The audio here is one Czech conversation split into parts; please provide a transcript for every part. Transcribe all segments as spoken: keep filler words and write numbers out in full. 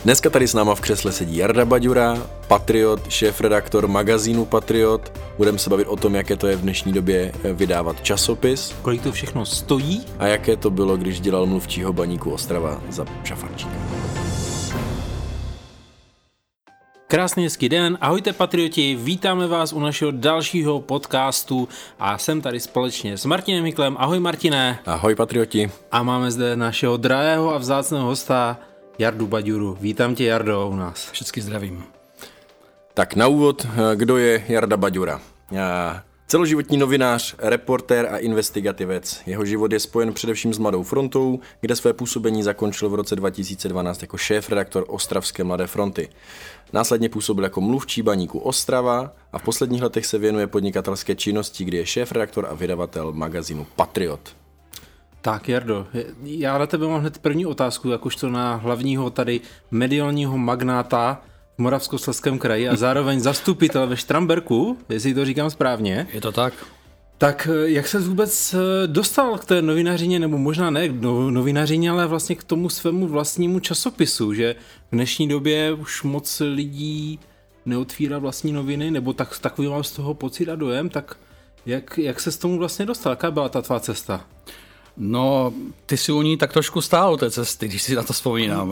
Dneska tady s náma v křesle sedí Jarda Baďura, patriot, šéfredaktor magazínu Patriot. Budeme se bavit o tom, jaké to je v dnešní době vydávat časopis. Kolik to všechno stojí? A jaké to bylo, když dělal mluvčího Baníku Ostrava za Šafarčíka. Krásný hezký den, ahojte patrioti, vítáme vás u našeho dalšího podcastu a jsem tady společně s Martinem Miklem. Ahoj Martine. Ahoj patrioti. A máme zde našeho drahého a vzácného hosta Jardu Baďuru. Vítám tě, Jardo, u nás. Všechny zdravím. Tak na úvod, kdo je Jarda Baďura? Celoživotní novinář, reportér a investigativec. Jeho život je spojen především s Mladou frontou, kde své působení zakončil v roce dva tisíce dvanáct jako šéfredaktor Ostravské Mladé fronty. Následně působil jako mluvčí Baníku Ostrava a v posledních letech se věnuje podnikatelské činnosti, kdy je šéfredaktor a vydavatel magazínu Patriot. Tak Jardo, já na tebe mám hned první otázku, jakožto na hlavního tady mediálního magnáta v Moravskoslezském kraji a zároveň zastupitel ve Štramberku, jestli to říkám správně. Je to tak? Tak jak se vůbec dostal k té novinařině, nebo možná ne k novinařině, ale vlastně k tomu svému vlastnímu časopisu, že v dnešní době už moc lidí neotvírá vlastní noviny, nebo tak, takový mám z toho pocit a dojem, tak jak, jak se s tomu vlastně dostal? Jaká byla ta tvá cesta? No, ty si u ní tak trošku stál té cesty, když si na to vzpomínám.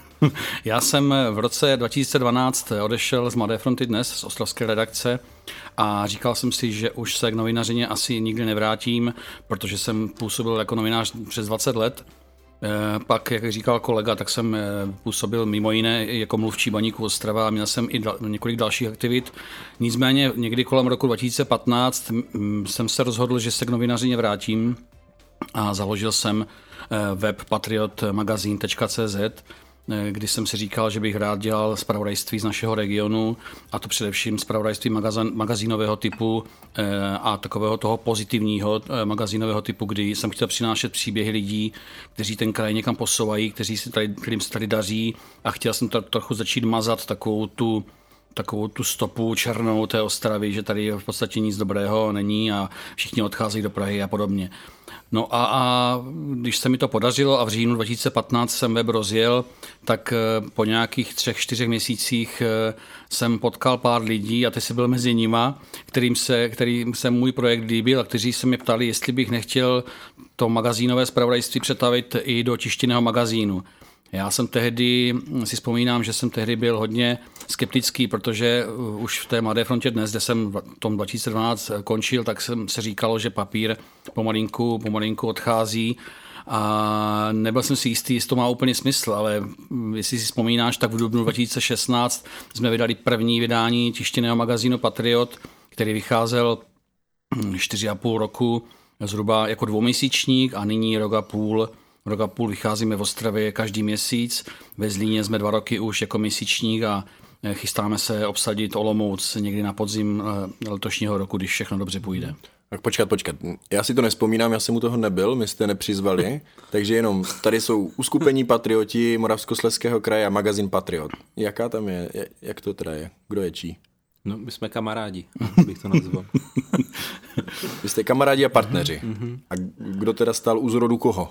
Já jsem v roce dva tisíce dvanáct odešel z Mladé fronty Dnes, z ostravské redakce a říkal jsem si, že už se k novinařině asi nikdy nevrátím, protože jsem působil jako novinář přes dvacet let. Pak, jak říkal kolega, tak jsem působil mimo jiné jako mluvčí Baníku Ostrava a měl jsem i dal, několik dalších aktivit. Nicméně někdy kolem roku dva tisíce patnáct jsem se rozhodl, že se k novinařině vrátím a založil jsem web patriot magazine tečka cé zet, kdy jsem si říkal, že bych rád dělal zpravodajství z našeho regionu, a to především zpravodajství magazín, magazínového typu a takového toho pozitivního magazínového typu, kdy jsem chtěl přinášet příběhy lidí, kteří ten kraj někam posouvají, kteří si tady, kterým se tady daří, a chtěl jsem to trochu začít mazat takovou tu takovou tu stopu černou té Ostravy, že tady v podstatě nic dobrého není a všichni odcházejí do Prahy a podobně. No a, a když se mi to podařilo a v říjnu dva tisíce patnáct jsem web rozjel, tak po nějakých třech, čtyřech měsících jsem potkal pár lidí, a ty jsi byl mezi nima, kterým se, kterým se můj projekt líbil a kteří se mě ptali, jestli bych nechtěl to magazínové zpravodajství přetavit i do tištěného magazínu. Já jsem tehdy, si vzpomínám, že jsem tehdy byl hodně skeptický, protože už v té Mladé frontě Dnes, kde jsem v tom dva tisíce dvanáct končil, tak jsem se říkalo, že papír pomalinku, pomalinku odchází a nebyl jsem si jistý, jestli to má úplně smysl, ale jestli si vzpomínáš, tak v dubnu dva tisíce šestnáct jsme vydali první vydání tištěného magazínu Patriot, který vycházel čtyři a půl roku zhruba jako dvouměsíčník a nyní rok a půl Rok a půl vycházíme v Ostravě každý měsíc, ve Zlíně jsme dva roky už jako měsíčník a chystáme se obsadit Olomouc někdy na podzim letošního roku, když všechno dobře půjde. Tak počkat, počkat. Já si to nespomínám, já jsem u toho nebyl, my jste nepřizvali, takže jenom tady jsou uskupení patrioti Moravskoslezského kraje a magazín Patriot. Jaká tam je, jak to teda je, kdo je čí? No, my jsme kamarádi, bych to nazval. Vy jste kamarádi a partneři. A kdo teda stál u zrodu koho?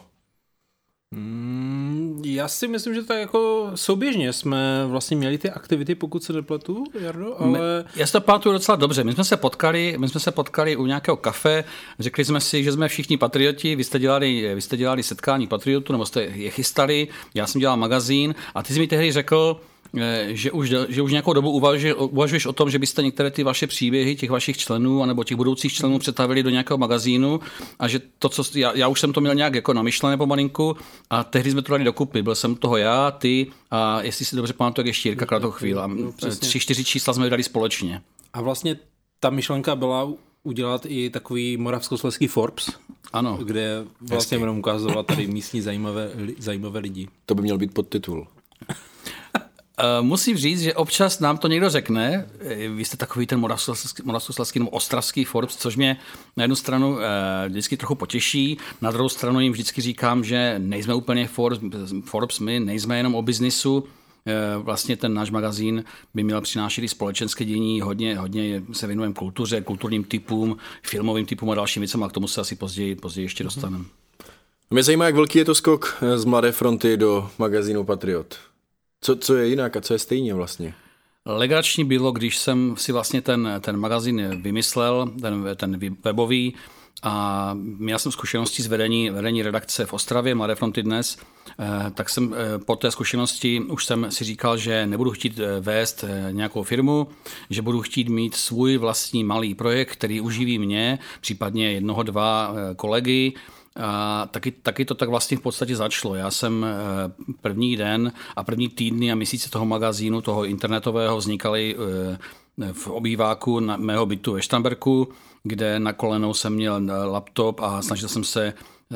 Mm, já si myslím, že tak jako souběžně jsme vlastně měli ty aktivity, pokud se nepletu, Jardo, ale... My, já si to pamatuju docela dobře. My jsme se potkali, my jsme se potkali u nějakého kafe, řekli jsme si, že jsme všichni patrioti, vy jste dělali, vy jste dělali setkání patriotů, nebo jste je chystali, já jsem dělal magazín a ty jsi mi tehdy řekl, že už, že už nějakou dobu uvažuješ, uvažuješ o tom, že byste některé ty vaše příběhy těch vašich členů anebo těch budoucích členů přetavili do nějakého magazínu a že to, co já, já už jsem to měl nějak jako namyšlené pomalinku a tehdy jsme to dali dokupy. Byl jsem toho já, ty a jestli si dobře pamatuju, jak ještě Jirka krátkou chvíli. A tři, čtyři čísla jsme vydali společně. A vlastně ta myšlenka byla udělat i takový moravskoslezský Forbes, ano, kde vlastně budeme ukazovat tady místní zajímavé, zajímavé lidi. To by měl být podtitul. Musím říct, že občas nám to někdo řekne, vy jste takový ten moravskoslezský nebo ostravský Forbes, což mě na jednu stranu vždycky trochu potěší, na druhou stranu jim vždycky říkám, že nejsme úplně Forbes, Forbes my nejsme jenom o biznisu, vlastně ten náš magazín by měl přinášet i společenské dění, hodně, hodně se věnujeme kultuře, kulturním typům, filmovým typům a dalším věcem a k tomu se asi později, později ještě dostaneme. Mě zajímá, jak velký je to skok z Mladé fronty do magazínu Patriot. Co, co je jinak a co je stejně vlastně? Legrační bylo, když jsem si vlastně ten, ten magazín vymyslel, ten, ten webový, a měl jsem zkušenosti z vedení, vedení redakce v Ostravě, Mladé fronty Dnes, tak jsem po té zkušenosti už jsem si říkal, že nebudu chtít vést nějakou firmu, že budu chtít mít svůj vlastní malý projekt, který uživí mě, případně jednoho, dva kolegy. A taky, taky to tak vlastně v podstatě začalo. Já jsem první den a první týdny a měsíce toho magazínu, toho internetového, vznikaly v obýváku na mého bytu ve Štramberku, kde na kolenou jsem měl laptop a snažil jsem se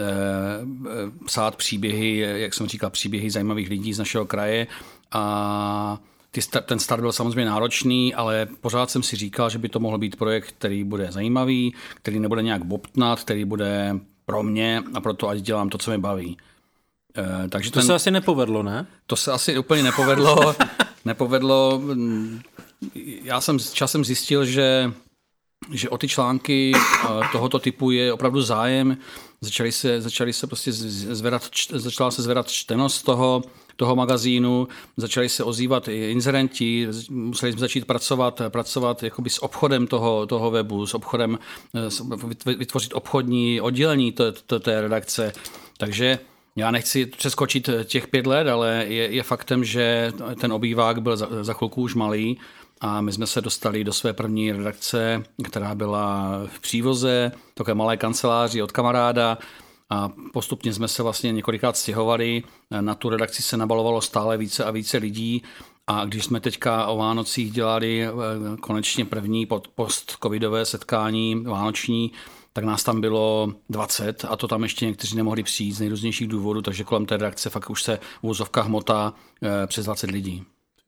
psát příběhy, jak jsem říkal, příběhy zajímavých lidí z našeho kraje. A ten start byl samozřejmě náročný, ale pořád jsem si říkal, že by to mohl být projekt, který bude zajímavý, který nebude nějak bobtnat, který bude pro mě a proto ať dělám to, co mě baví. E, takže to ten, se asi nepovedlo, ne? To se asi úplně nepovedlo. nepovedlo. Já jsem s časem zjistil, že, že o ty články tohoto typu je opravdu zájem. Začali se, začali se prostě zvedat, začala se zvedat čtenost toho, toho magazínu, začali se ozývat i inzerenti, museli jsme začít pracovat, pracovat jakoby s obchodem toho, toho webu, s obchodem, vytvořit obchodní oddělení té, té, té redakce. Takže já nechci přeskočit těch pět let, ale je, je faktem, že ten obývák byl za, za chvilku už malý a my jsme se dostali do své první redakce, která byla v Přívoze, takové malé kanceláři od kamaráda, a postupně jsme se vlastně několikrát stěhovali. Na tu redakci se nabalovalo stále více a více lidí a když jsme teďka o Vánocích dělali konečně první post-covidové setkání vánoční, tak nás tam bylo dvacet a to tam ještě někteří nemohli přijít z nejrůznějších důvodů, takže kolem té redakce fakt už se v úvozovkách hmotá přes dvacet lidí.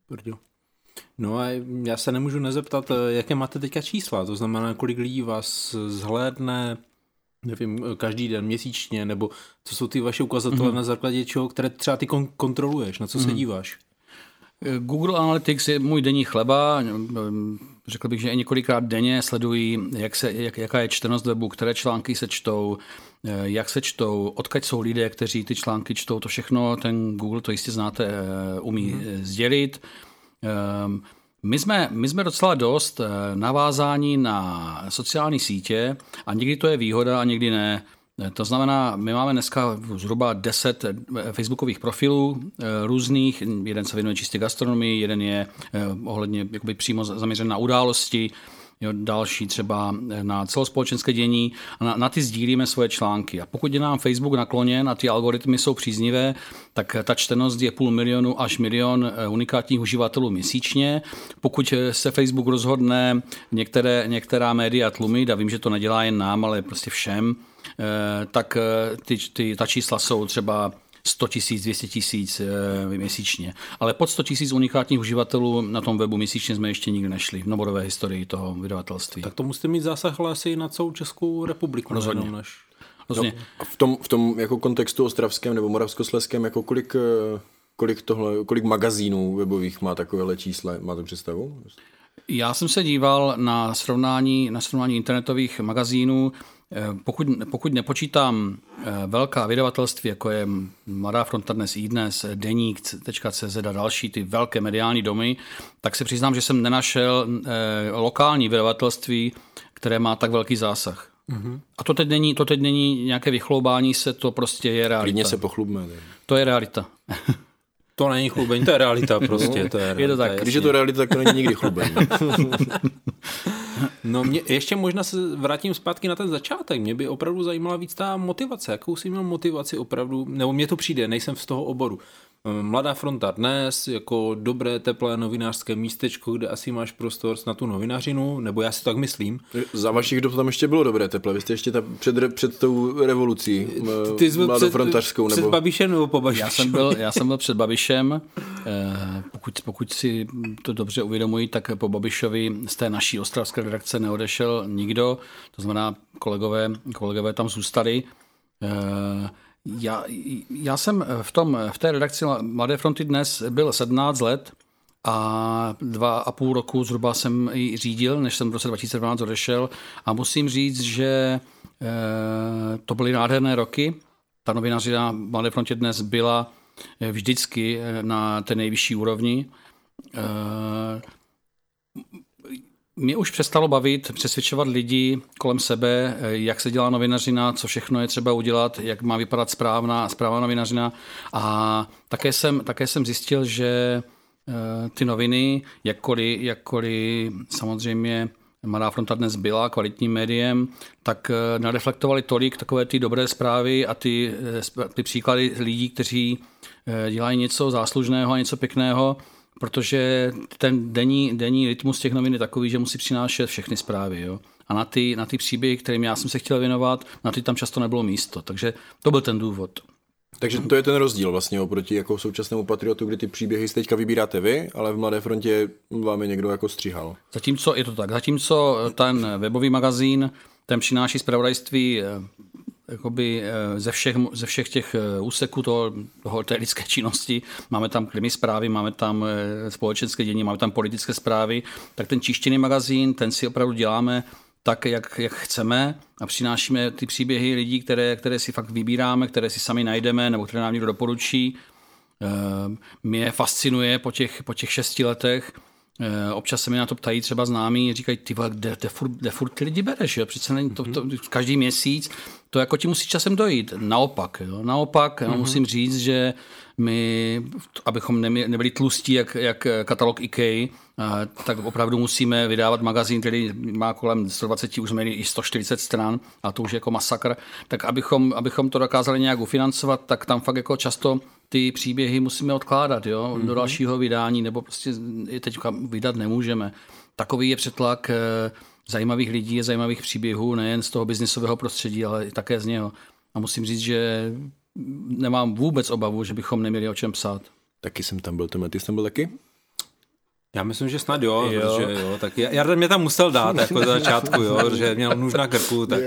No a já se nemůžu nezeptat, jaké máte teďka čísla, to znamená, kolik lidí vás zhlédne, nevím, každý den, měsíčně, nebo co jsou ty vaše ukazatele mm-hmm. na základě čeho, které třeba ty kon- kontroluješ, na co mm-hmm. se díváš? Google Analytics je můj denní chleba. Řekl bych, že i několikrát denně sledují, jak se, jak, jaká je čtenost webu, které články se čtou, jak se čtou, odkud jsou lidé, kteří ty články čtou. To všechno ten Google, to jistě znáte, umí mm-hmm. sdělit. My jsme, my jsme docela dost navázáni na sociální sítě a někdy to je výhoda a někdy ne. To znamená, my máme dneska zhruba deset facebookových profilů různých. Jeden se věnuje čistě gastronomii, jeden je ohledně jakoby přímo zaměřen na události, jo, další třeba na celospolečenské dění. A na, na ty sdílíme svoje články. A pokud je nám Facebook nakloněn a ty algoritmy jsou příznivé, tak ta čtenost je půl milionu až milion unikátních uživatelů měsíčně. Pokud se Facebook rozhodne některé, některá média tlumit, a vím, že to nedělá jen nám, ale prostě všem, tak ty, ty, ta čísla jsou třeba sto tisíc, dvě stě tisíc měsíčně. Ale pod sto tisíc unikátních uživatelů na tom webu měsíčně jsme ještě nikdy nešli v novodobé historii toho vydavatelství. Tak to musíte mít zásah ale asi na celou Českou republiku. Rozhodně. Než... Rozhodně. No, v tom, v tom jako kontextu ostravském nebo moravskoslezském, jako kolik, kolik, tohle, kolik magazínů webových má takovéhle čísla? Máte představu? Já jsem se díval na srovnání, na srovnání internetových magazínů. Pokud, pokud nepočítám velká vydavatelství, jako je Mladá fronta Dnes, iDnes, Deník tečka cé zet a další ty velké mediální domy, tak se přiznám, že jsem nenašel lokální vydavatelství, které má tak velký zásah. Mm-hmm. A to teď, není, to teď není nějaké vychloubání se, to prostě je realita. Klidně se pochlubme. To je realita. To není chlubení, to je realita prostě. To je, realita, je to tak. Když je to realita, tak to není nikdy chlubení. No mě, ještě možná se vrátím zpátky na ten začátek. Mě by opravdu zajímala víc ta motivace. Jakou jsi měl motivaci opravdu, nebo mně to přijde, nejsem z toho oboru. Mladá fronta Dnes, jako dobré, teplé novinářské místečko, kde asi máš prostor na tu novinařinu, nebo já si tak myslím. Za vašich dob tam ještě bylo dobré teple, vy jste ještě ta před, před tou revolucí Ty jsi mladofrontařskou. Před, nebo... před Babišem nebo po Babišem? Já jsem byl, já jsem byl před Babišem. Pokud, pokud si to dobře uvědomují, tak po Babišovi z té naší ostravské redakce neodešel nikdo, to znamená kolegové, kolegové tam zůstali. Já, já jsem v, tom, v té redakci Mladé fronty Dnes byl sedmnáct let a dva a půl roku zhruba jsem ji řídil, než jsem v roce dva tisíce dvanáct odešel a musím říct, že to byly nádherné roky. Ta novinařina Mladé frontě Dnes byla vždycky na té nejvyšší úrovni. Mě už přestalo bavit přesvědčovat lidi kolem sebe, jak se dělá novinařina, co všechno je třeba udělat, jak má vypadat správná, správná novinařina. A také jsem, také jsem zjistil, že ty noviny, jakkoliv, jakkoliv samozřejmě Mladá fronta dnes byla kvalitním médiem, tak nareflektovali tolik takové ty dobré zprávy a ty, ty příklady lidí, kteří dělají něco záslužného a něco pěkného, protože ten denní, denní rytmus těch novin je takový, že musí přinášet všechny zprávy. Jo? A na ty, na ty příběhy, kterým já jsem se chtěl věnovat, na ty tam často nebylo místo. Takže to byl ten důvod. Takže to je ten rozdíl vlastně oproti jako současnému Patriotu, kdy ty příběhy si teďka vybíráte vy, ale v Mladé frontě vám je někdo jako stříhal. Zatímco je to tak. Zatímco ten webový magazín, ten přináší zpravodajství jakoby ze všech, ze všech těch úseků toho, toho, té lidské činnosti. Máme tam krimi zprávy, máme tam společenské dění, máme tam politické zprávy. Tak ten čištěný magazín, ten si opravdu děláme tak, jak, jak chceme a přinášíme ty příběhy lidí, které, které si fakt vybíráme, které si sami najdeme nebo které nám někdo doporučí. Mě fascinuje po těch, po těch šesti letech. Občas se mi na to ptají třeba známí, říkají, ty vole, kde, kde, furt, kde furt ty lidi bereš, jo? Přece není to, to, každý měsíc, to jako ti musí časem dojít. Naopak, jo? Naopak, mm-hmm. musím říct, že my, abychom nebyli tlustí jak, jak katalog IKEA, tak opravdu musíme vydávat magazín, který má kolem sto dvacet, už jsme i sto čtyřicet stran, a to už je jako masakr, tak abychom, abychom to dokázali nějak ufinancovat, tak tam fakt jako často ty příběhy musíme odkládat, jo, mm-hmm. do dalšího vydání, nebo prostě je teď vydat nemůžeme. Takový je přetlak zajímavých lidí, zajímavých příběhů, nejen z toho biznisového prostředí, ale i také z něho. A musím říct, že nemám vůbec obavu, že bychom neměli o čem psát. Taky jsem tam byl, Tome, ty jsi tam byl taky? Já myslím, že snad jo, jo. Protože jo, tak Jarda mě tam musel dát jako za začátku, jo, že měl nůž na krku, tak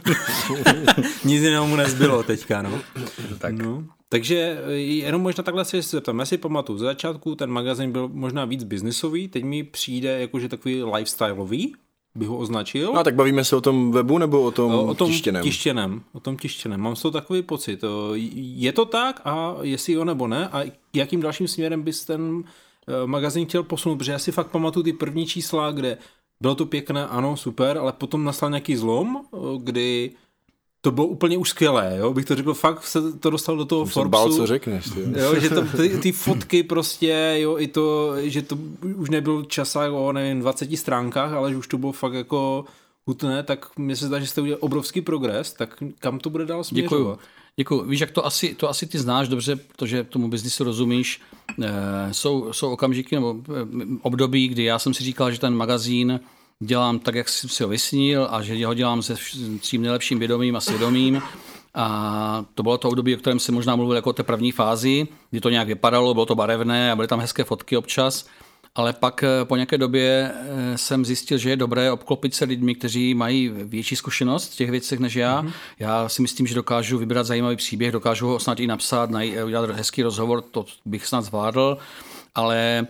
nic jiného mu nezbylo teďka, no. Tak. No. Takže jenom možná takhle si zeptám, já si pamatuju, za začátku ten magazín byl možná víc biznisový, teď mi přijde jakože takový lifestyleový, bych ho označil. No tak bavíme se o tom webu nebo o tom, o tom tištěném? tištěném? O tom tištěném. Mám z toho takový pocit. Je to tak a jestli jo nebo ne a jakým dalším směrem bys ten magazín chtěl posunout, protože já si fakt pamatuju ty první čísla, kde bylo to pěkné, ano, super, ale potom nastal nějaký zlom, kdy to bylo úplně už skvělé, jo, bych to řekl, fakt se to dostalo do toho Forbesu. Bál, co řekneš, jo, že to, ty, ty fotky prostě, jo, i to, že to už nebyl časák o, nevím, dvaceti stránkách, ale že už to bylo fakt jako hutné, tak mně se zdá, že jste udělali obrovský progres, tak kam to bude dál směřovat? Děkuju. Děkuju. Víš, jak to asi, to asi ty znáš dobře, protože tomu biznisu rozumíš. E, jsou, jsou okamžiky nebo období, kdy já jsem si říkal, že ten magazín dělám tak, jak jsem si ho vysnil a že ho dělám se svým nejlepším vědomím a svědomím. A to bylo to období, o kterém jsem možná mluvil jako o té první fázi, kdy to nějak vypadalo, bylo to barevné a byly tam hezké fotky občas. Ale pak po nějaké době jsem zjistil, že je dobré obklopit se lidmi, kteří mají větší zkušenost v těch věcech než já. Mm-hmm. Já si myslím, že dokážu vybrat zajímavý příběh, dokážu ho snad i napsat, udělat hezký rozhovor, to bych snad zvládl, ale...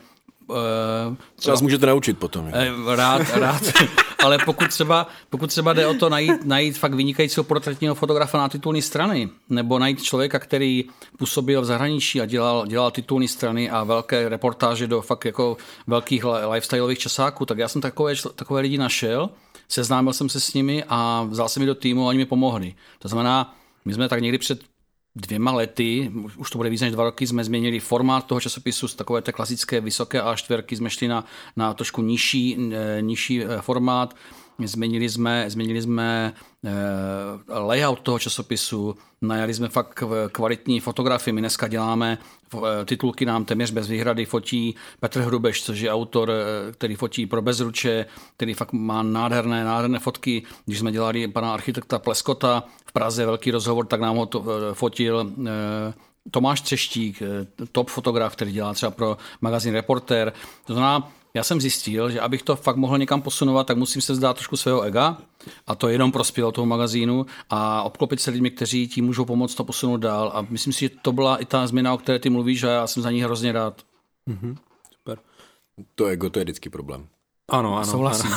Co vás můžete naučit potom. Rád, rád. Ale pokud třeba, pokud třeba jde o to najít, najít fakt vynikajícího portrétního fotografa na titulní strany, nebo najít člověka, který působil v zahraničí a dělal, dělal titulní strany a velké reportáže do fakt jako velkých lifestyleových časáků, tak já jsem takové, takové lidi našel, seznámil jsem se s nimi a vzal jsem je do týmu a oni mi pomohli. To znamená, my jsme tak někdy před dvěma lety, už to bude víc než dva roky, jsme změnili formát toho časopisu z takové té klasické vysoké á čtyři, jsme šli na, na trošku nižší, nižší formát, změnili jsme, změnili jsme layout toho časopisu, najali jsme fakt kvalitní fotografii, my dneska děláme titulky, nám téměř bez výhrady fotí Petr Hrubeš, což je autor, který fotí pro Bezruče, který fakt má nádherné, nádherné fotky. Když jsme dělali pana architekta Pleskota v Praze, velký rozhovor, tak nám ho to fotil Tomáš Třeštík, top fotograf, který dělá třeba pro magazín Reportér. To znamená, já jsem zjistil, že abych to fakt mohl někam posunovat, tak musím se vzdát trošku svého ega a to jenom prospělo toho magazínu a obklopit se lidmi, kteří tím můžou pomoct to posunout dál a myslím si, že to byla i ta změna, o které ty mluvíš a já jsem za ní hrozně rád. Mm-hmm. Super. To ego, to je vždycky problém. Ano, ano. Souhlasím.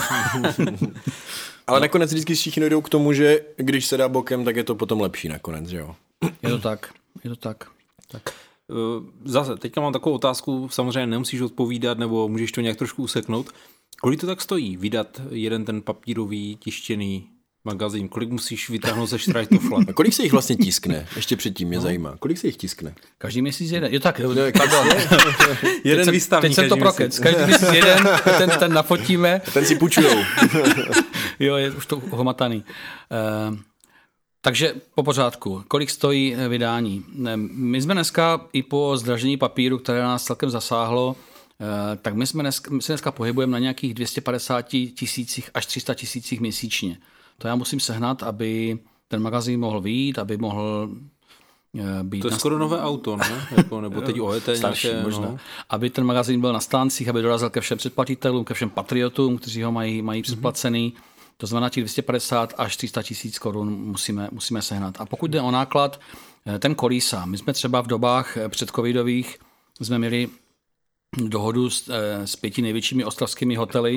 Ale nakonec vždycky všichni jdou k tomu, že když se dá bokem, tak je to potom lepší nakonec, že jo? Je to tak, je to tak. Tak. zase, teďka mám takovou otázku, samozřejmě nemusíš odpovídat, nebo můžeš to nějak trošku useknout. Kolik to tak stojí, vydat jeden ten papírový tištěný magazín? Kolik musíš vytáhnout ze Štrajtofla? A kolik se jich vlastně tiskne? Ještě předtím mě no. zajímá. Kolik se jich tiskne? Každý měsíc jeden. Jo tak, jo, jeden výstavník. Teď jsem to prokec. Každý měsíc jeden, ten, ten nafotíme. Ten si půjčujou. Jo, je už to homataný. Uh, takže po pořádku. Kolik stojí vydání? My jsme dneska i po zdražení papíru, které nás celkem zasáhlo, tak my, jsme dneska, my se dneska pohybujeme na nějakých dvě stě padesát tisících až tři sta tisících měsíčně. To já musím sehnat, aby ten magazín mohl vyjít, aby mohl být... To je na... skoro nové auto, ne? Jako, nebo teď O E T starší nějaké, možná. No. Aby ten magazín byl na stáncích, aby dorazil ke všem předplatitelům, ke všem patriotům, kteří ho mají, mají předplacený. Mm-hmm. To znamená, těch dvě stě padesát až tři sta tisíc korun musíme, musíme sehnat. A pokud jde o náklad, ten kolísá. My jsme třeba v dobách předcovidových jsme měli dohodu s, s pěti největšími ostravskými hotely,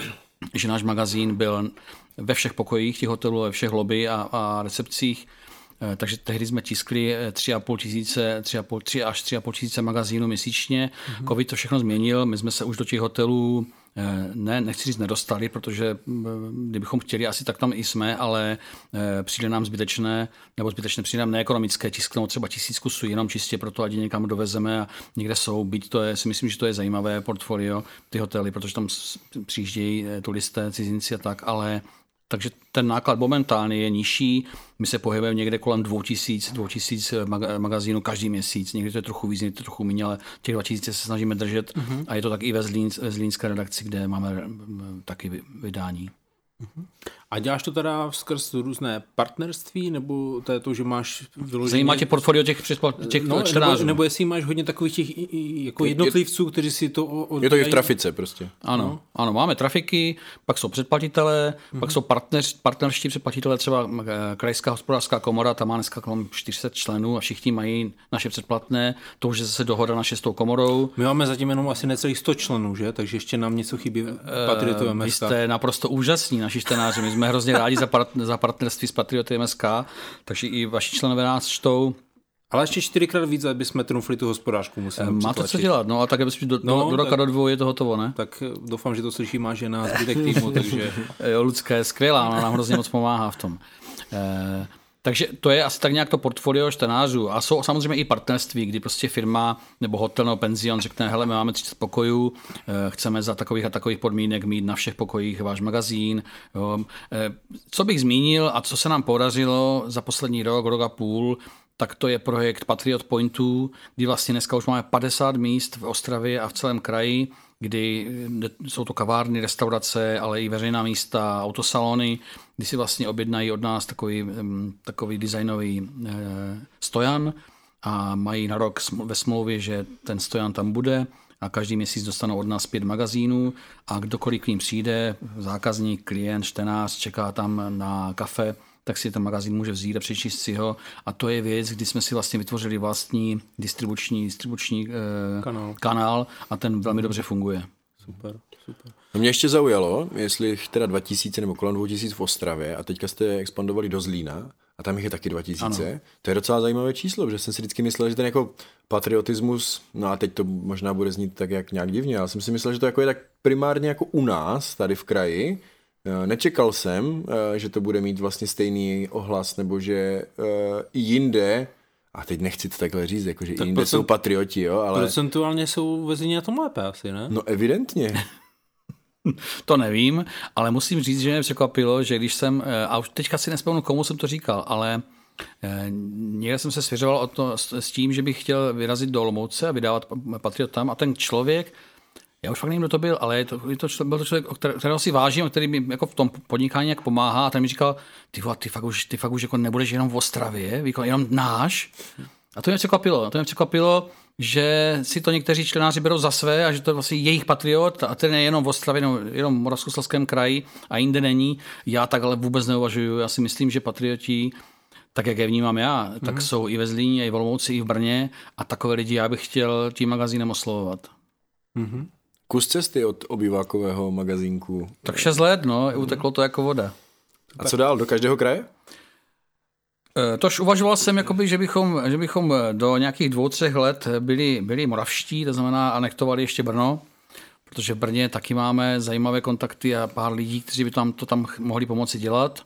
že náš magazín byl ve všech pokojích těch hotelů, ve všech lobby a, a recepcích. Takže tehdy jsme tiskli tři a půl tisíce, tři a půl, tři až tři a půl tisíce magazínů měsíčně. Mm-hmm. Covid to všechno změnil, my jsme se už do těch hotelů ne, nechci říct nedostali, protože kdybychom chtěli, asi tak tam i jsme, ale přijde nám zbytečné, nebo zbytečné přijde nám neekonomické tisknout třeba tisíc kusů jenom čistě proto, ať někam dovezeme a někde jsou, byť to je, si myslím, že to je zajímavé portfolio, ty hotely, protože tam přijíždějí turisté, cizinci a tak, ale takže ten náklad momentálně je nižší. My se pohybujeme někde kolem dvou tisíc, dvou tisíc magazínů každý měsíc. Někdy to je trochu víc, někdy to je trochu méně, ale těch dva tisíce se snažíme držet. Uh-huh. A je to tak i ve, Zlín, ve Zlínské redakci, kde máme taky vydání. Uh-huh. A děláš to teda skrz různé partnerství, nebo to je to, že máš vyloženě... Zajímá tě portfolio těch, těch no, čtenářů? Nebo, nebo jestli máš hodně takových těch jako jednotlivců, kteří si to... Oddají. Je to i v trafice prostě. Ano, no. ano, máme trafiky, pak jsou předplatitelé, uh-huh. pak jsou partner, partnerští předplatitelé, třeba Krajská hospodářská komora, tam má dneska kolem čtyři sta členů a všichni mají naše předplatné, to už je zase dohoda naše s tou komorou. My máme zatím jenom asi necelých sto členů, že? Takže ještě nám něco chybí v Patriotu M S K. Vy jste naprosto úžasní, naši čtenáři, my jsme hrozně rádi za, part, za partnerství s Patrioty M S K, takže i vaši členové nás čtou. Ale ještě čtyřikrát víc, aby jsme trumfli tu hospodářku. Má to co dělat, no a tak, aby do, no, do, do roka, tak, do dvou je to hotovo, ne? Tak doufám, že to slyší má žena a zbytek týmu, takže... Jo, Lucka je skvělá, ona nám hrozně moc pomáhá v tom. E, takže to je asi tak nějak to portfolio čtenářů. A jsou samozřejmě i partnerství, kdy prostě firma nebo hotel nebo penzion řekne, hele, my máme třicet pokojů, chceme za takových a takových podmínek mít na všech pokojích váš magazín. Jo. Co bych zmínil a co se nám podařilo za poslední rok, rok a půl, tak to je projekt Patriot Pointů, kdy vlastně dneska už máme padesát míst v Ostravě a v celém kraji, kdy jsou to kavárny, restaurace, ale i veřejná místa, autosalony, kdy si vlastně objednají od nás takový, takový designový stojan a mají na rok ve smlouvě, že ten stojan tam bude a každý měsíc dostanou od nás pět magazínů a kdokoliv k ním přijde, zákazník, klient, čtenář, čeká tam na kafe, tak si ten magazín může vzít a přečíst si ho. A to je věc, kdy jsme si vlastně vytvořili vlastní distribuční, distribuční eh, kanál. kanál a ten velmi dobře funguje. Super, super. No mě ještě zaujalo, jestli teda dva tisíce nebo kolem dva tisíce v Ostravě a teďka jste expandovali do Zlína a tam jich je taky dva tisíce. Ano. To je docela zajímavé číslo, že jsem si vždycky myslel, že ten jako patriotismus, no a teď to možná bude znít tak jak nějak divně, ale jsem si myslel, že to jako je tak primárně jako u nás, tady v kraji. Nečekal jsem, že to bude mít vlastně stejný ohlas, nebo že i jinde, a teď nechci to takhle říct, jako že tak i jinde procent, jsou patrioti, jo, ale... Procentuálně jsou ve Zlíně na tom lépe asi, ne? No evidentně. To nevím, ale musím říct, že mě překvapilo, že když jsem, a už teďka si nespomenu, komu jsem to říkal, ale někde jsem se svěřoval o to, s tím, že bych chtěl vyrazit do Olomouce a vydávat Patriot tam a ten člověk, já už fakt nevím, kdo to byl, ale je to, je to, byl to člověk, kterého si vážím, který mi jako v tom podnikání jak pomáhá a ten mi říkal, ty, ty fakt už, ty fakt už jako nebudeš jenom v Ostravě, jenom náš. A to mě překvapilo, to mě překvapilo, že si to někteří čtenáři berou za své a že to je vlastně jejich patriot a ten je jenom v Ostravě, jenom, jenom v Moravskoslezském kraji a jinde není. Já tak ale vůbec neuvažuju, já si myslím, že patrioti, tak jak je vnímám já, mm-hmm. tak jsou i ve Zlíně, i v Olomouci, i v Brně a takové lidi já bych chtěl tím magazínem oslovovat. Mm-hmm. Kus cesty od obývákového magazínku. Tak šest let, no, uteklo to jako voda. A co dál, do každého kraje? Tož uvažoval jsem, jakoby, že, bychom, že bychom do nějakých dvou, třech let byli, byli moravští, to znamená anektovali ještě Brno, protože v Brně taky máme zajímavé kontakty a pár lidí, kteří by tam to tam mohli pomoci dělat.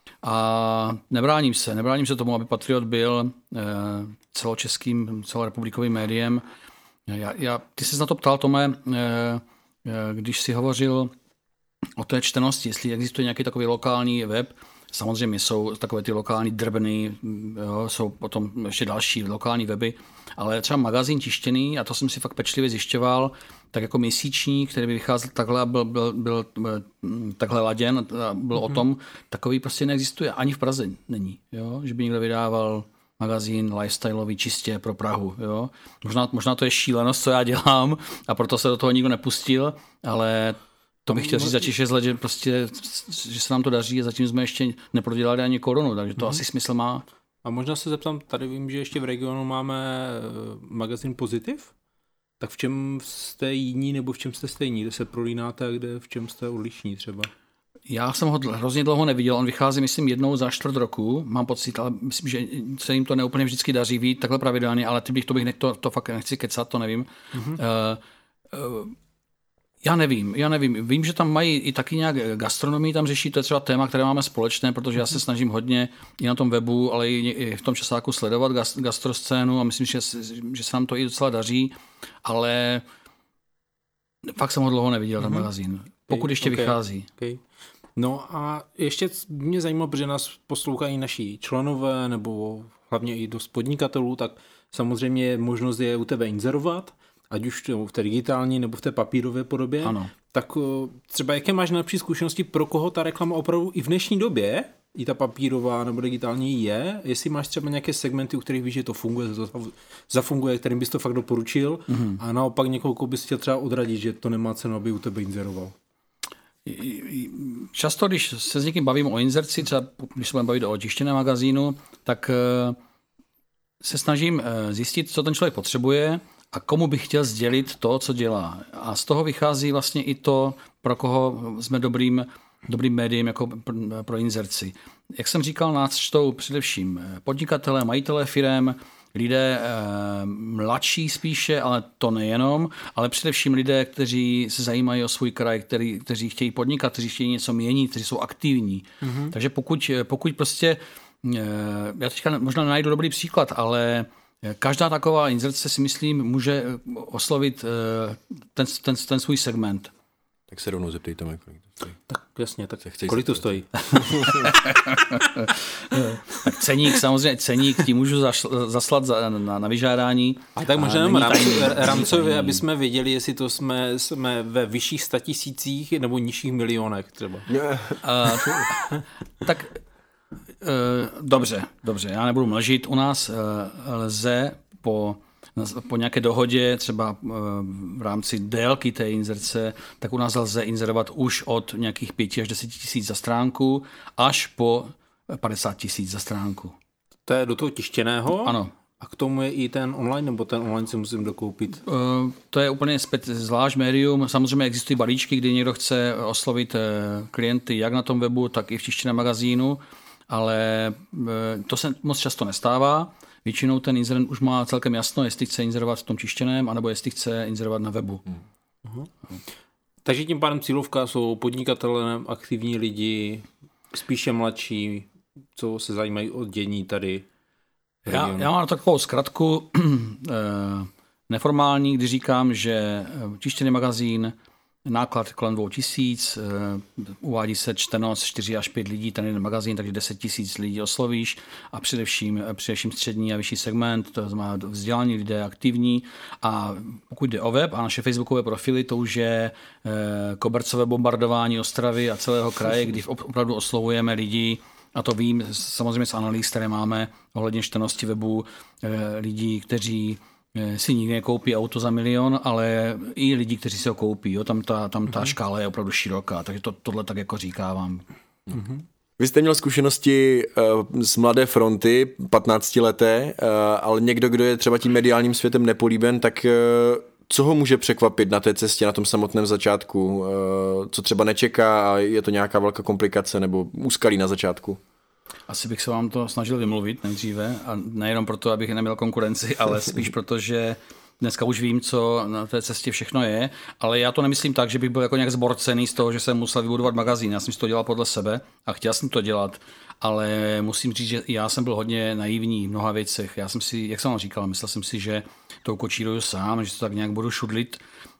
A nebráním se, nebráním se tomu, aby Patriot byl celočeským, celorepublikovým médiem. Já, já, ty jsi na to ptal, Tome, když jsi hovořil o té čtenosti, jestli existuje nějaký takový lokální web. Samozřejmě jsou takové ty lokální drbny, jo, jsou potom ještě další lokální weby, ale třeba magazín tištěný, a to jsem si fakt pečlivě zjišťoval, tak jako měsíčník, který by vycházel takhle a byl, byl, byl, byl takhle laděn, byl mm-hmm. o tom, takový prostě neexistuje. Ani v Praze není, jo, že by někdo vydával magazín lifestyleový čistě pro Prahu. Jo. Možná, možná to je šílenost, co já dělám, a proto se do toho nikdo nepustil, ale to bych chtěl říct za těch šest let, že, prostě, že se nám to daří a zatím jsme ještě neprodělali ani korunu, takže to mm-hmm. asi smysl má. A možná se zeptám, tady vím, že ještě v regionu máme magazín Pozitiv, tak v čem jste jiní nebo v čem jste stejní, kde se prolínáte a kde v čem jste odlišní třeba? Já jsem ho hrozně dlouho neviděl, on vychází, myslím, jednou za čtvrt roku, mám pocit, ale myslím, že se jim to neúplně vždycky daří vít takhle pravidelně, ale ty bych, to bych ne, to, to fakt nechci kecat, to nevím. Mm-hmm. Uh, uh, Já nevím, já nevím. Vím, že tam mají i taky nějak gastronomii, tam řeší, to je třeba téma, které máme společné, protože já se snažím hodně i na tom webu, ale i v tom časáku sledovat gastroscénu a myslím, že, že se nám to i docela daří, ale fakt jsem ho dlouho neviděl, ten mm-hmm. magazín. Pokud ještě okay. vychází. Okay. No a ještě mě zajímalo, protože nás poslouchají naši členové nebo hlavně i dost podnikatelů, tak samozřejmě možnost je u tebe inzerovat, ať už v té digitální nebo v té papírové podobě, ano. Tak třeba jaké máš nejlepší zkušenosti, pro koho ta reklama opravdu i v dnešní době, i ta papírová nebo digitální je, jestli máš třeba nějaké segmenty, u kterých víš, že to funguje, že to zafunguje, kterým bys to fakt doporučil, mm-hmm. a naopak někoho, koho bys chtěl třeba odradit, že to nemá cenu, aby u tebe inzeroval. Často, když se s někým bavím o inzerci, třeba když se budeme bavit o tištěném magazínu, tak se snažím zjistit, co ten člověk potřebuje a komu bych chtěl sdělit to, co dělá. A z toho vychází vlastně i to, pro koho jsme dobrým, dobrým médiem jako pro inzerci. Jak jsem říkal, nás čtou především podnikatelé, majitelé firem, lidé eh, mladší spíše, ale to nejenom, ale především lidé, kteří se zajímají o svůj kraj, který, kteří chtějí podnikat, kteří chtějí něco měnit, kteří jsou aktivní. Mm-hmm. Takže pokud, pokud prostě, eh, já teďka možná najdu dobrý příklad, ale každá taková inzerce si myslím může oslovit eh, ten, ten, ten svůj segment. Tak se rovnou zeptejte mě, kolik to stojí. Tak jasně, tak kolik to stojí? Tak ceník, samozřejmě ceník, ti můžu zašl, zaslat za, na, na vyžádání. A tak možná jenom rámcově, aby jsme věděli, jestli to jsme, jsme ve vyšších statisících nebo nižších milionech třeba. uh, tak uh, dobře, dobře, já nebudu mlžit. U nás uh, lze po po nějaké dohodě, třeba v rámci délky té inzerce, tak u nás lze inzerovat už od nějakých pěti až deseti tisíc za stránku až po padesát tisíc za stránku. To je do toho tištěného? Ano. A k tomu je i ten online, nebo ten online si musím dokoupit? Uh, to je úplně spe- zvlášť médium. Samozřejmě existují balíčky, kdy někdo chce oslovit klienty jak na tom webu, tak i v tištěném magazínu, ale uh, to se moc často nestává. Většinou ten inzerent už má celkem jasno, jestli chce inzerovat v tom tištěném, anebo jestli chce inzerovat na webu. Hmm. Uh-huh. Takže tím pádem cílovka jsou podnikatelé, aktivní lidi, spíše mladší, co se zajímají o dění tady. Já, já mám takovou zkratku neformální, kdy říkám, že tištěný magazín, náklad kolem dvou tisíc, uvádí se čtenost čtyři až pět lidí, ten jeden magazín, takže deset tisíc lidí oslovíš a především, především střední a vyšší segment, to znamená vzdělání lidé, aktivní. A pokud jde o web a naše facebookové profily, to už je kobercové bombardování Ostravy a celého kraje, kdy opravdu oslovujeme lidi, a to vím samozřejmě z analýz, které máme ohledně čtenosti webu, lidí, kteří si nikdy nekoupí auto za milion, ale i lidi, kteří si ho koupí. Jo? Tam ta, tam ta mm-hmm. škála je opravdu široká, takže to, tohle tak jako říkávám. Mm-hmm. Vy jste měl zkušenosti uh, z Mladé fronty, patnáctileté, uh, ale někdo, kdo je třeba tím mediálním světem nepolíben, tak uh, co ho může překvapit na té cestě, na tom samotném začátku? Uh, co třeba nečeká a je to nějaká velká komplikace nebo úskalí na začátku? asi bych se vám to snažil vymluvit nejdříve a nejenom proto, abych neměl konkurenci, ale spíš proto, že dneska už vím, co na té cestě všechno je, ale já to nemyslím tak, že bych byl jako nějak zborcený z toho, že jsem musel vybudovat magazín. Já jsem si to dělal podle sebe a chtěl jsem to dělat, ale musím říct, že já jsem byl hodně naivní v mnoha věcech. Já jsem si, jak jsem vám říkal, myslel jsem si, že to kočíruju sám, že to tak nějak budu šudlit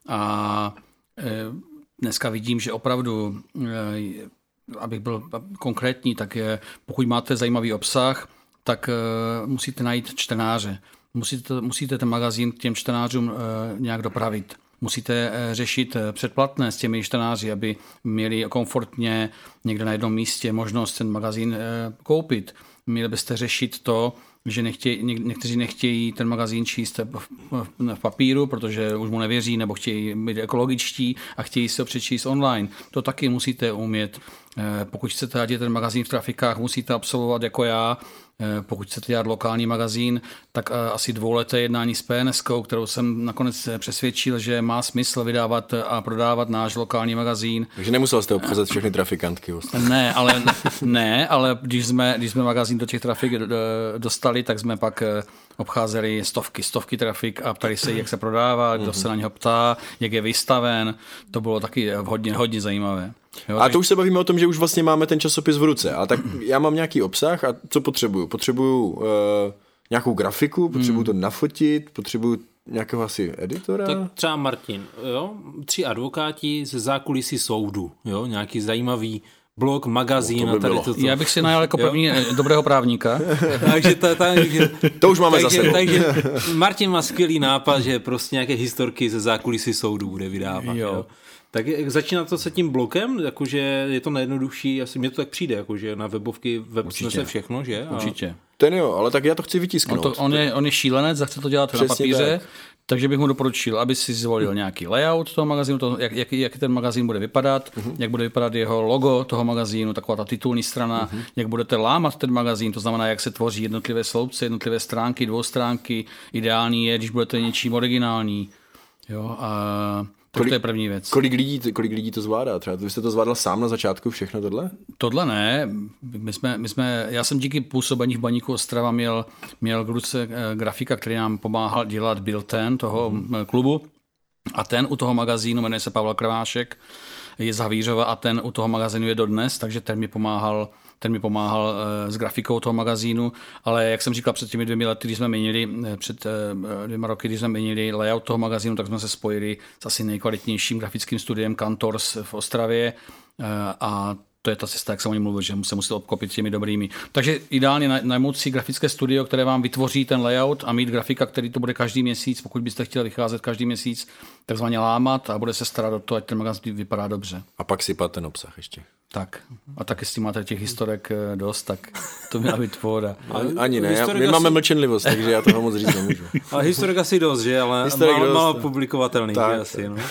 a e, dneska vidím, že opravdu, e, abych byl konkrétní, tak je, pokud máte zajímavý obsah, tak e, musíte najít čtenáře. Musíte, musíte ten magazín k těm čtenářům e, nějak dopravit. Musíte e, řešit e, předplatné s těmi čtenáři, aby měli komfortně někde na jednom místě možnost ten magazín e, koupit. Měli byste řešit to, že nechtěj, něk, někteří nechtějí ten magazín číst v, v, v papíru, protože už mu nevěří, nebo chtějí být ekologičtí a chtějí se ho přečíst online. To taky musíte umět. E, pokud chcete dělat ten magazín v trafikách, musíte absolvovat jako já. Pokud chcete dělat lokální magazín, tak asi dvouleté jednání s P N S kou, kterou jsem nakonec přesvědčil, že má smysl vydávat a prodávat náš lokální magazín. Takže nemusel jste obcházet všechny trafikantky. Ne, ale, ne, ale když jsme, když jsme magazín do těch trafik dostali, tak jsme pak obcházeli stovky, stovky trafik a ptali se, jak se prodává, kdo se na něho ptá, jak je vystaven. To bylo taky hodně, hodně zajímavé. Jo, a tak... to už se bavíme o tom, že už vlastně máme ten časopis v ruce. A tak já mám nějaký obsah a co potřebuju? Potřebuju uh, nějakou grafiku, potřebuju hmm. to nafotit, potřebuju nějakého asi editora. Tak třeba Martin, jo? Tři advokáti ze zákulisí soudu, jo? Nějaký zajímavý blog, magazín. No, to by by a tady toto. Já bych si najal jako první dobrého právníka. takže to, takže, to už máme takže, za sebou. Takže Martin má skvělý nápad, že prostě nějaké historky ze zákulisí soudu bude vydávat. Jo. Jo. Tak začíná to se tím blokem, jakože je to nejjednodušší, asi mně to tak přijde, jakože na webovky web snese všechno, že? A... Určitě. Ten jo, ale tak já to chci vytisknout. On, to, on, je, on je šílenec a chce to dělat přesně na papíře, tak. Takže bych mu doporučil, aby si zvolil nějaký layout toho magazínu, to, jak, jak, jak ten magazín bude vypadat, uh-huh. jak bude vypadat jeho logo toho magazínu, taková ta titulní strana, uh-huh. jak budete lámat ten magazín, to znamená, jak se tvoří jednotlivé sloupce, jednotlivé stránky, dvoustránky. Ideální je, když budete něčím originální. Jo, a kolik, to je první věc. Kolik lidí, kolik lidí to zvládá? Třeba vy jste to zvládl sám na začátku všechno tohle? Tohle ne. My jsme, my jsme, já jsem díky působení v Baníku Ostrava měl, měl k ruce grafika, který nám pomáhal dělat Bilten toho mm. klubu. A ten u toho magazínu, jmenuje se Pavel Krvášek, je z Havířova a ten u toho magazínu je dodnes, takže ten mi pomáhal ten mi pomáhal uh, s grafikou toho magazínu, ale jak jsem říkal před těmi dvěmi lety, když jsme měnili, před uh, dvěma roky, když jsme měnili layout toho magazínu, tak jsme se spojili s asi nejkvalitnějším grafickým studiem Kantors v Ostravě uh, a to je ta cesta, jak jsem o něm mluvil, že se musí obklopit těmi dobrými. Takže ideálně najmout si grafické studio, které vám vytvoří ten layout a mít grafika, který to bude každý měsíc, pokud byste chtěli vycházet každý měsíc, takzvaně lámat a bude se starat o to, ať ten magazín vypadá dobře. A pak sypat ten obsah ještě. Tak. A taky s tím máte těch historek dost, tak to měla být pohoda. Ani ne, já, my asi... máme mlčenlivost, takže já toho moc říct nemůžu. Ale historik asi dost, že? Ale málo, málo publikovatelný. Tak. Asi, no.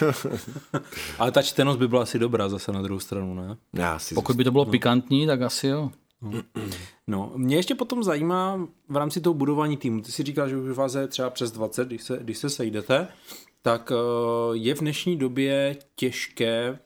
Ale ta čtenost by byla asi dobrá zase na druhou stranu, ne? Já si Pokud by to bylo no. pikantní, tak asi jo. No. no, mě ještě potom zajímá v rámci toho budování týmu. Ty si říkal, že už vás je třeba přes dvacet, když se, když se sejdete, tak je v dnešní době těžké,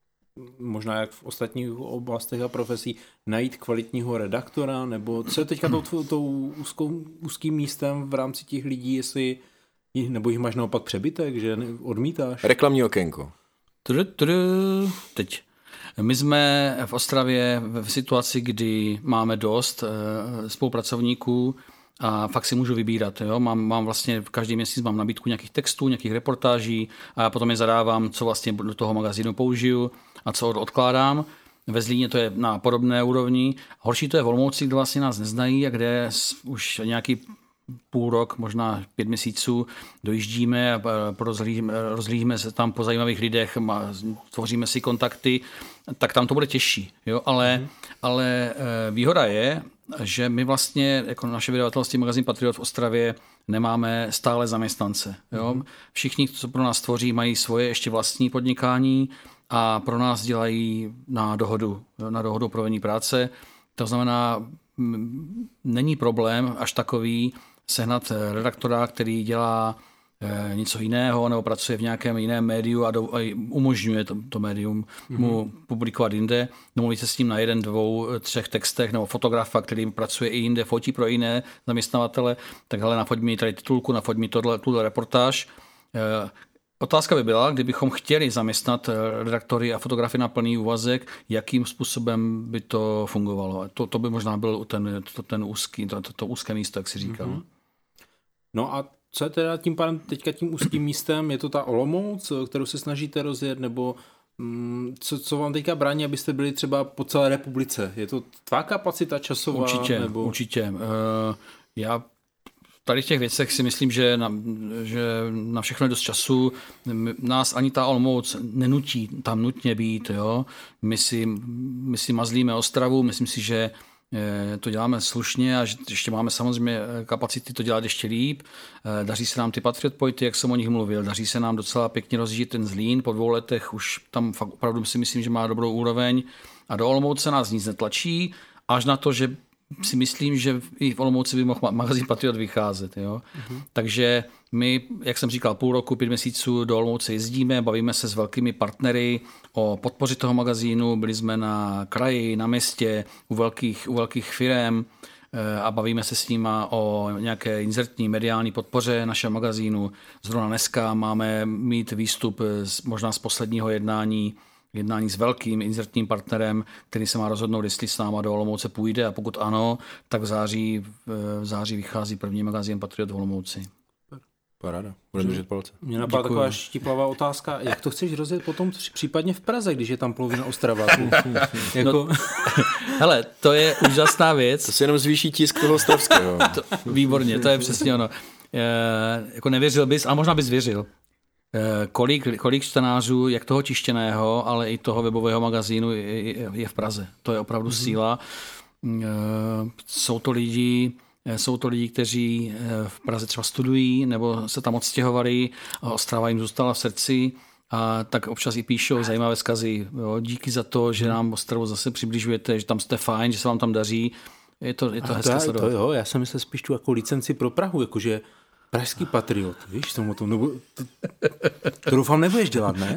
možná jak v ostatních oblastech a profesí, najít kvalitního redaktora, nebo co je teďka tou, tou úzkou, úzkým místem v rámci těch lidí, jestli nebo jich máš naopak přebytek, že odmítáš? Reklamní okénko. Tru, tru, teď. My jsme v Ostravě v situaci, kdy máme dost spolupracovníků a fakt si můžu vybírat. Jo? Mám, mám vlastně každý měsíc mám nabídku nějakých textů, nějakých reportáží a potom je zadávám, co vlastně do toho magazínu použiju a co odkládám. Ve Zlíně to je na podobné úrovni. Horší to je v Olomouci, kde vlastně nás neznají a kde už nějaký půl rok, možná pět měsíců dojíždíme a rozhlížíme se tam po zajímavých lidech, tvoříme si kontakty, tak tam to bude těžší. Jo? Ale, mm. ale výhoda je, že my vlastně, jako naše vydavatelství magazín Patriot v Ostravě, nemáme stále zaměstnance. Jo? Mm. Všichni, co pro nás tvoří, mají svoje ještě vlastní podnikání a pro nás dělají na dohodu, na dohodu o provedení práce. To znamená, není problém až takový sehnat redaktora, který dělá e, něco jiného, nebo pracuje v nějakém jiném médiu a, do, a umožňuje to, to médium mm-hmm. mu publikovat jinde, domluví se s ním na jeden, dvou, třech textech, nebo fotografa, který pracuje i jinde, fotí pro jiné zaměstnavatele, tak hele, nafoť mi tady titulku, nafoť mi tohle, tuhle reportáž. E, Otázka by byla, kdybychom chtěli zaměstnat redaktory a fotografy na plný úvazek, jakým způsobem by to fungovalo. To, to by možná byl ten, to, ten úzký, to, to, to úzké místo, jak si říkal. Mm-hmm. No a co je teda tím pádem teďka tím úzkým místem? Je to ta Olomouc, kterou se snažíte rozjet, nebo mm, co, co vám teďka brání, abyste byli třeba po celé republice? Je to tvá kapacita časová? Určitě, nebo... určitě. Uh, já tady v těch věcech si myslím, že na, že na všechno je dost času. Nás ani ta Olomouc nenutí tam nutně být. Jo? My, si, my si mazlíme Ostravu, myslím si, že to děláme slušně a že ještě máme samozřejmě kapacity to dělat ještě líp. Daří se nám ty Patriot Pointy, jak jsem o nich mluvil, daří se nám docela pěkně rozjíždět ten Zlín. Po dvou letech už tam fakt opravdu si myslím, že má dobrou úroveň a do Olomouce nás nic netlačí, až na to, že si myslím, že i v Olomouci by mohl magazín Patriot vycházet. Jo? Uh-huh. Takže my, jak jsem říkal, půl roku, pět měsíců do Olomouce jezdíme, bavíme se s velkými partnery o podpoře toho magazínu, byli jsme na kraji, na městě, u velkých, u velkých firem a bavíme se s nima o nějaké inzertní mediální podpoře našeho magazínu. Zrovna dneska máme mít výstup z, možná z posledního jednání jednání s velkým inzertním partnerem, který se má rozhodnout, jestli s náma do Olomouce půjde a pokud ano, tak v září, v září vychází první magazín Patriot v Olomouci. Paráda, budeme držet palce. Mě napadá taková štíplavá otázka, jak to chceš rozjet potom případně v Praze, když je tam polovina Ostrava? jako... no, hele, to je úžasná věc. To se jenom zvýší tisk toho ostravského. to, výborně, to je přesně ono. E, jako nevěřil bys, a možná bys věřil. Kolik, kolik čtenářů, jak toho tištěného, ale i toho webového magazínu je, je v Praze. To je opravdu mm-hmm. síla. Jsou to lidi, jsou to lidi, kteří v Praze třeba studují nebo se tam odstěhovali a Ostrava jim zůstala v srdci a tak občas i píšou zajímavé vzkazy. Jo, díky za to, že nám Ostravu zase přibližujete, že tam jste fajn, že se vám tam daří. Je to, je to hezké sledovat. To jo, já jsem myslel spíš tu jako licenci pro Prahu, jakože Pražský Patriot, víš, tomu to, nebo, to, to doufám nebudeš dělat, ne?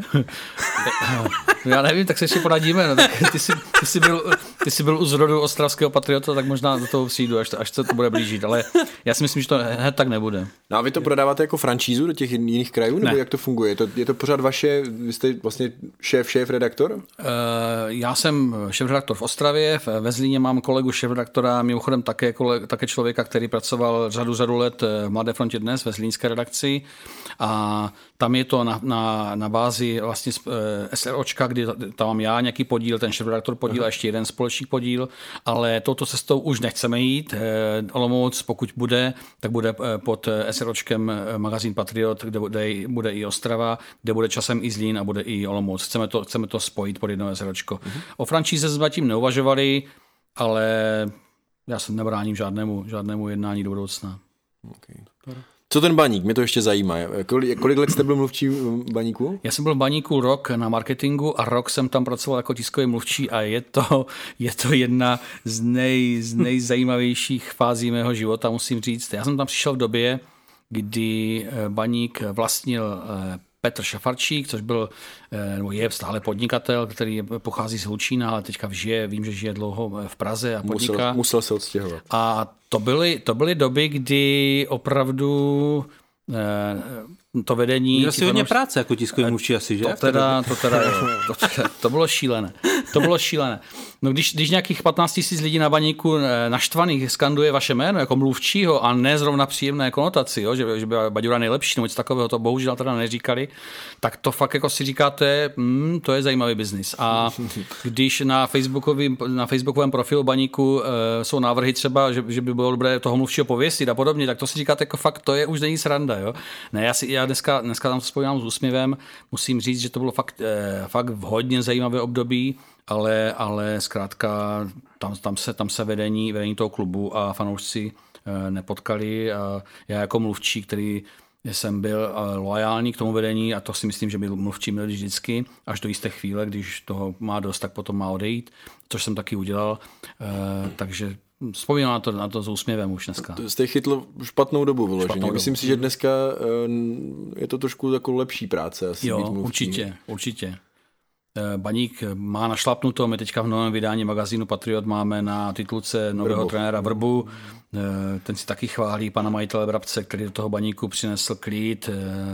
Já nevím, tak se ještě poradíme. No, tak ty, jsi, ty, jsi byl, ty jsi byl u zrodu ostravského Patriota, tak možná do toho přijdu, až, až se to bude blížit, ale já si myslím, že to hned tak nebude. No a vy to prodáváte jako franšízu do těch jiných krajů, nebo ne. Jak to funguje? Je to, je to pořád vaše, vy jste vlastně šéf, šéf, redaktor? Uh, já jsem šéf redaktor v Ostravě, ve Zlíně mám kolegu šéf redaktora, mimochodem také, kole, také člověka, který pracoval řadu, řadu let v Mladé frontě Dnes ve zlínské redakci a tam je to na, na, na bázi vlastně SROčka, kdy tam mám já nějaký podíl, ten šéfredaktor podíl a ještě jeden společný podíl, ale touto cestou už nechceme jít. Olomouc, pokud bude, tak bude pod SROčkem magazín Patriot, kde bude, bude i Ostrava, kde bude časem i Zlín a bude i Olomouc. Chceme to, chceme to spojit pod jedno SROčko. Uh-huh. O franšíze jsme tím neuvažovali, ale já se nebráním žádnému, žádnému jednání do budoucna. Okay. Co ten Baník? Mě to ještě zajímá. Kolik, kolik let jste byl mluvčí Baníku? Já jsem byl v Baníku rok na marketingu a rok jsem tam pracoval jako tiskový mluvčí a je to, je to jedna z, nej, z nejzajímavějších fází mého života, musím říct. Já jsem tam přišel v době, kdy Baník vlastnil Petr Šafarčík, což byl, nebo je stále podnikatel, který pochází z Hlučína, ale teďka žije, vím, že žije dlouho v Praze a podniká. Musel, musel se odstěhovat. A to byly, to byly doby, kdy opravdu to vedení... Měl jsi hodně práce jako tiskový mluvčí asi, že? To teda, to teda, to, teda, to bylo šílené. To bylo šílené. No když, když nějakých patnáct tisíc lidí na Baníku naštvaných skanduje vaše jméno jako mluvčího a ne zrovna příjemné konotaci, jo, že, že by Baďura nejlepší, nebo něco takového, to bohužel teda neříkali, tak to fakt jako si říkáte, mm, to je zajímavý biznis. A když na, na facebookovém profilu Baníku e, jsou návrhy třeba, že, že by bylo dobré toho mluvčího pověsit a podobně, tak to si říkáte jako fakt, to je už není sranda. Jo. Ne, já, si, já dneska, dneska tam to vzpomínám s úsměvem, musím říct, že to bylo fakt, e, fakt hodně zajímavé období, ale, ale zkrátka tam, tam, se, tam se vedení, vedení toho klubu a fanoušci e, nepotkali. A já jako mluvčí, který jsem byl loajální k tomu vedení a to si myslím, že byl mluvčí měl vždycky, až do jisté chvíle, když toho má dost, tak potom má odejít, což jsem taky udělal. E, takže vzpomínám na to, na to s úsměvem už dneska. To jste chytlo špatnou dobu vyloženě. Myslím dobu. si, že dneska je to trošku jako lepší práce. Asi jo, být mluvčím. určitě, určitě. Baník má našlapnuto, my teďka v novém vydání magazínu Patriot máme na titulce nového Vrbu. trenéra Vrbu. Ten si taky chválí pana majitele Brabce, který do toho Baníku přinesl klid,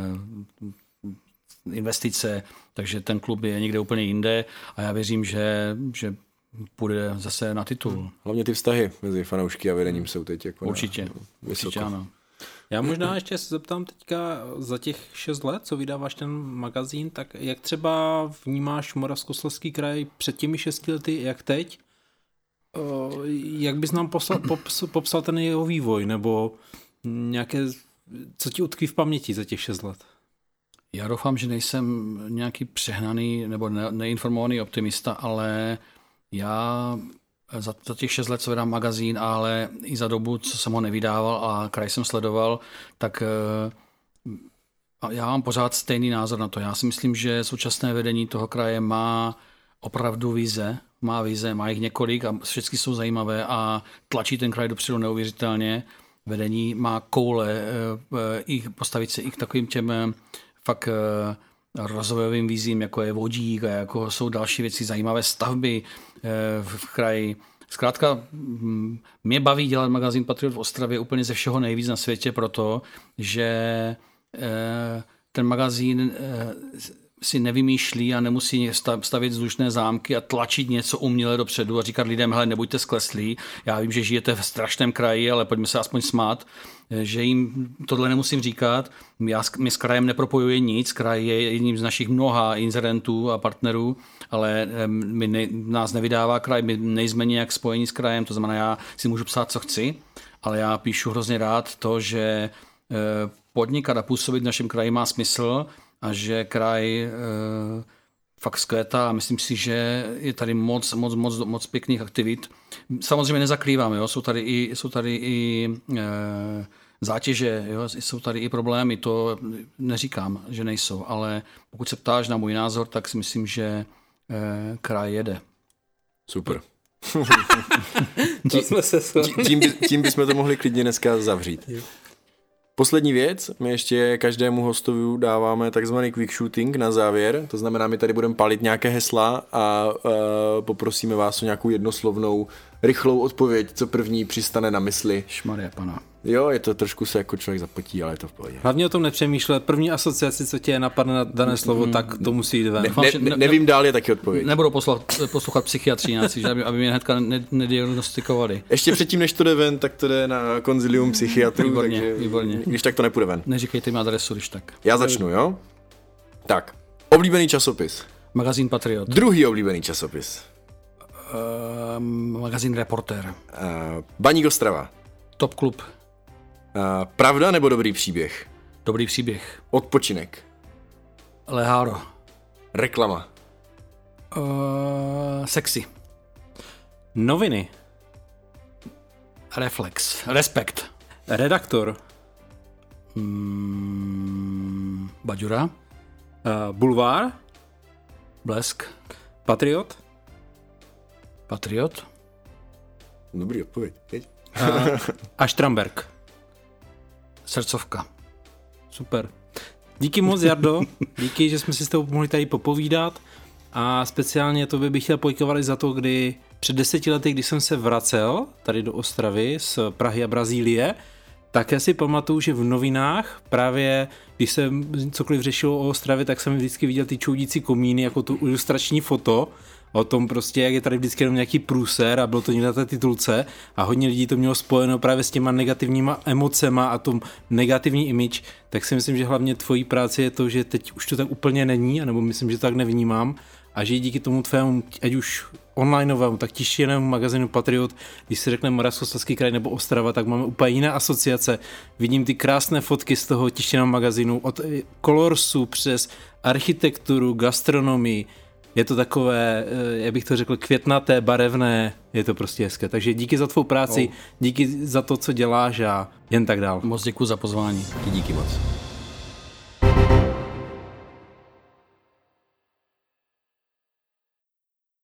investice, takže ten klub je někde úplně jinde a já věřím, že, že půjde zase na titul. Hlavně ty vztahy mezi fanoušky a vedením jsou teď jako určitě, na, určitě ano. Já možná ještě se zeptám teďka za těch šest let, co vydáváš ten magazín, tak jak třeba vnímáš Moravskoslezský kraj před těmi šesti lety, jak teď? Jak bys nám poslal, pops, popsal ten jeho vývoj, nebo nějaké, co ti utkví v paměti za těch šest let? Já doufám, že nejsem nějaký přehnaný nebo ne, neinformovaný optimista, ale já za, za těch šest let, co vydám magazín, ale i za dobu, co jsem ho nevydával a kraj jsem sledoval, tak já mám pořád stejný názor na to. Já si myslím, že současné vedení toho kraje má opravdu vize, má vize, má jich několik a všechny jsou zajímavé a tlačí ten kraj dopředu neuvěřitelně. Vedení má koule, postavit se i k takovým těm fakt rozvojovým vízím, jako je vodík a jako jsou další věci, zajímavé stavby v kraji. Zkrátka mě baví dělat magazín Patriot v Ostravě úplně ze všeho nejvíc na světě, proto, že ten magazín si nevymýšlí a nemusí stavět vzdušné zámky a tlačit něco uměle dopředu a říkat lidem, hele, nebuďte skleslí, já vím, že žijete v strašném kraji, ale pojďme se aspoň smát, že jim tohle nemusím říkat. Já, my s krajem nepropojuje nic, kraj je jedním z našich mnoha inzerentů a partnerů, ale my ne, nás nevydává kraj, my nejsme nějak spojení s krajem, to znamená, já si můžu psát, co chci, ale já píšu hrozně rád to, že podnikat a působit v našem kraji má smysl, a že kraj e, fakt zkvétá a myslím si, že je tady moc, moc, moc, moc pěkných aktivit. Samozřejmě nezakrýváme, jo? Jsou tady i, jsou tady i e, zátěže, jo? Jsou tady i problémy, to neříkám, že nejsou, ale pokud se ptáš na můj názor, tak si myslím, že e, kraj jede. Super. To jsme se tím, by, tím bychom to mohli klidně dneska zavřít. Jo. Poslední věc, my ještě každému hostovi dáváme takzvaný quick shooting na závěr, to znamená, my tady budeme palit nějaké hesla a, a poprosíme vás o nějakou jednoslovnou, rychlou odpověď, co první přistane na mysli. Šmarja pana. Jo, je to trošku se jako člověk zapotí, ale je to v pohodě. Hlavně o tom nepřemýšlet. První asociaci, co tě napadne na dané slovo, mm, tak to musí jít ven. Ne, ne, ne, nevím dál, je taky odpověď. Nebudu poslouchat, poslouchat psychiatří, aby, aby mě hnedka nediagnostikovali. Ještě předtím, než to jde ven, tak to jde na konzilium psychiatrů. Výborně, takže, výborně. Když tak to nepůjde ven. Neříkejte mi adresu, když tak. Já začnu, jo? Tak, oblíbený časopis. Magazín Patriot. Druhý oblíbený časopis. Uh, magazín Reportér. Uh, Baník Ostrava. Top klub. Uh, pravda nebo dobrý příběh? Dobrý příběh. Odpočinek. Leháro. Reklama. Uh, sexy. Noviny. Reflex. Respekt. Redaktor. Mm, Baďura. Uh, Bulvár. Blesk. Patriot. Patriot. Dobrý odpověď. Uh, a Štramberg. Srdcovka. Super. Díky moc, Jardo. Díky, že jsme si s tebou mohli tady popovídat. A speciálně tobě bych chtěl poděkovat za to, kdy před deseti lety, když jsem se vracel tady do Ostravy z Prahy a Brazílie, tak já si pamatuju, že v novinách právě, když jsem cokoliv řešil o Ostravě, tak jsem vždycky viděl ty čoudící komíny jako tu ilustrační foto o tom prostě, jak je tady vždycky jenom nějaký průser a bylo to někde na té titulce a hodně lidí to mělo spojeno právě s těma negativníma emocema a tom negativní image, tak si myslím, že hlavně tvojí práce je to, že teď už to tak úplně není, nebo myslím, že to tak nevnímám a že díky tomu tvému, ať už onlineovému, tak tištěnému magazínu Patriot, když se řekne Moravskoslezský kraj nebo Ostrava, tak máme úplně jiné asociace. Vidím ty krásné fotky z toho tištěného magazínu od kolorsu přes architekturu, gastronomii. Je to takové, jak bych to řekl, květnaté, barevné, je to prostě hezké. Takže díky za tvou práci, oh. díky za to, co děláš a jen tak dál. Moc děkuji za pozvání. Díky moc.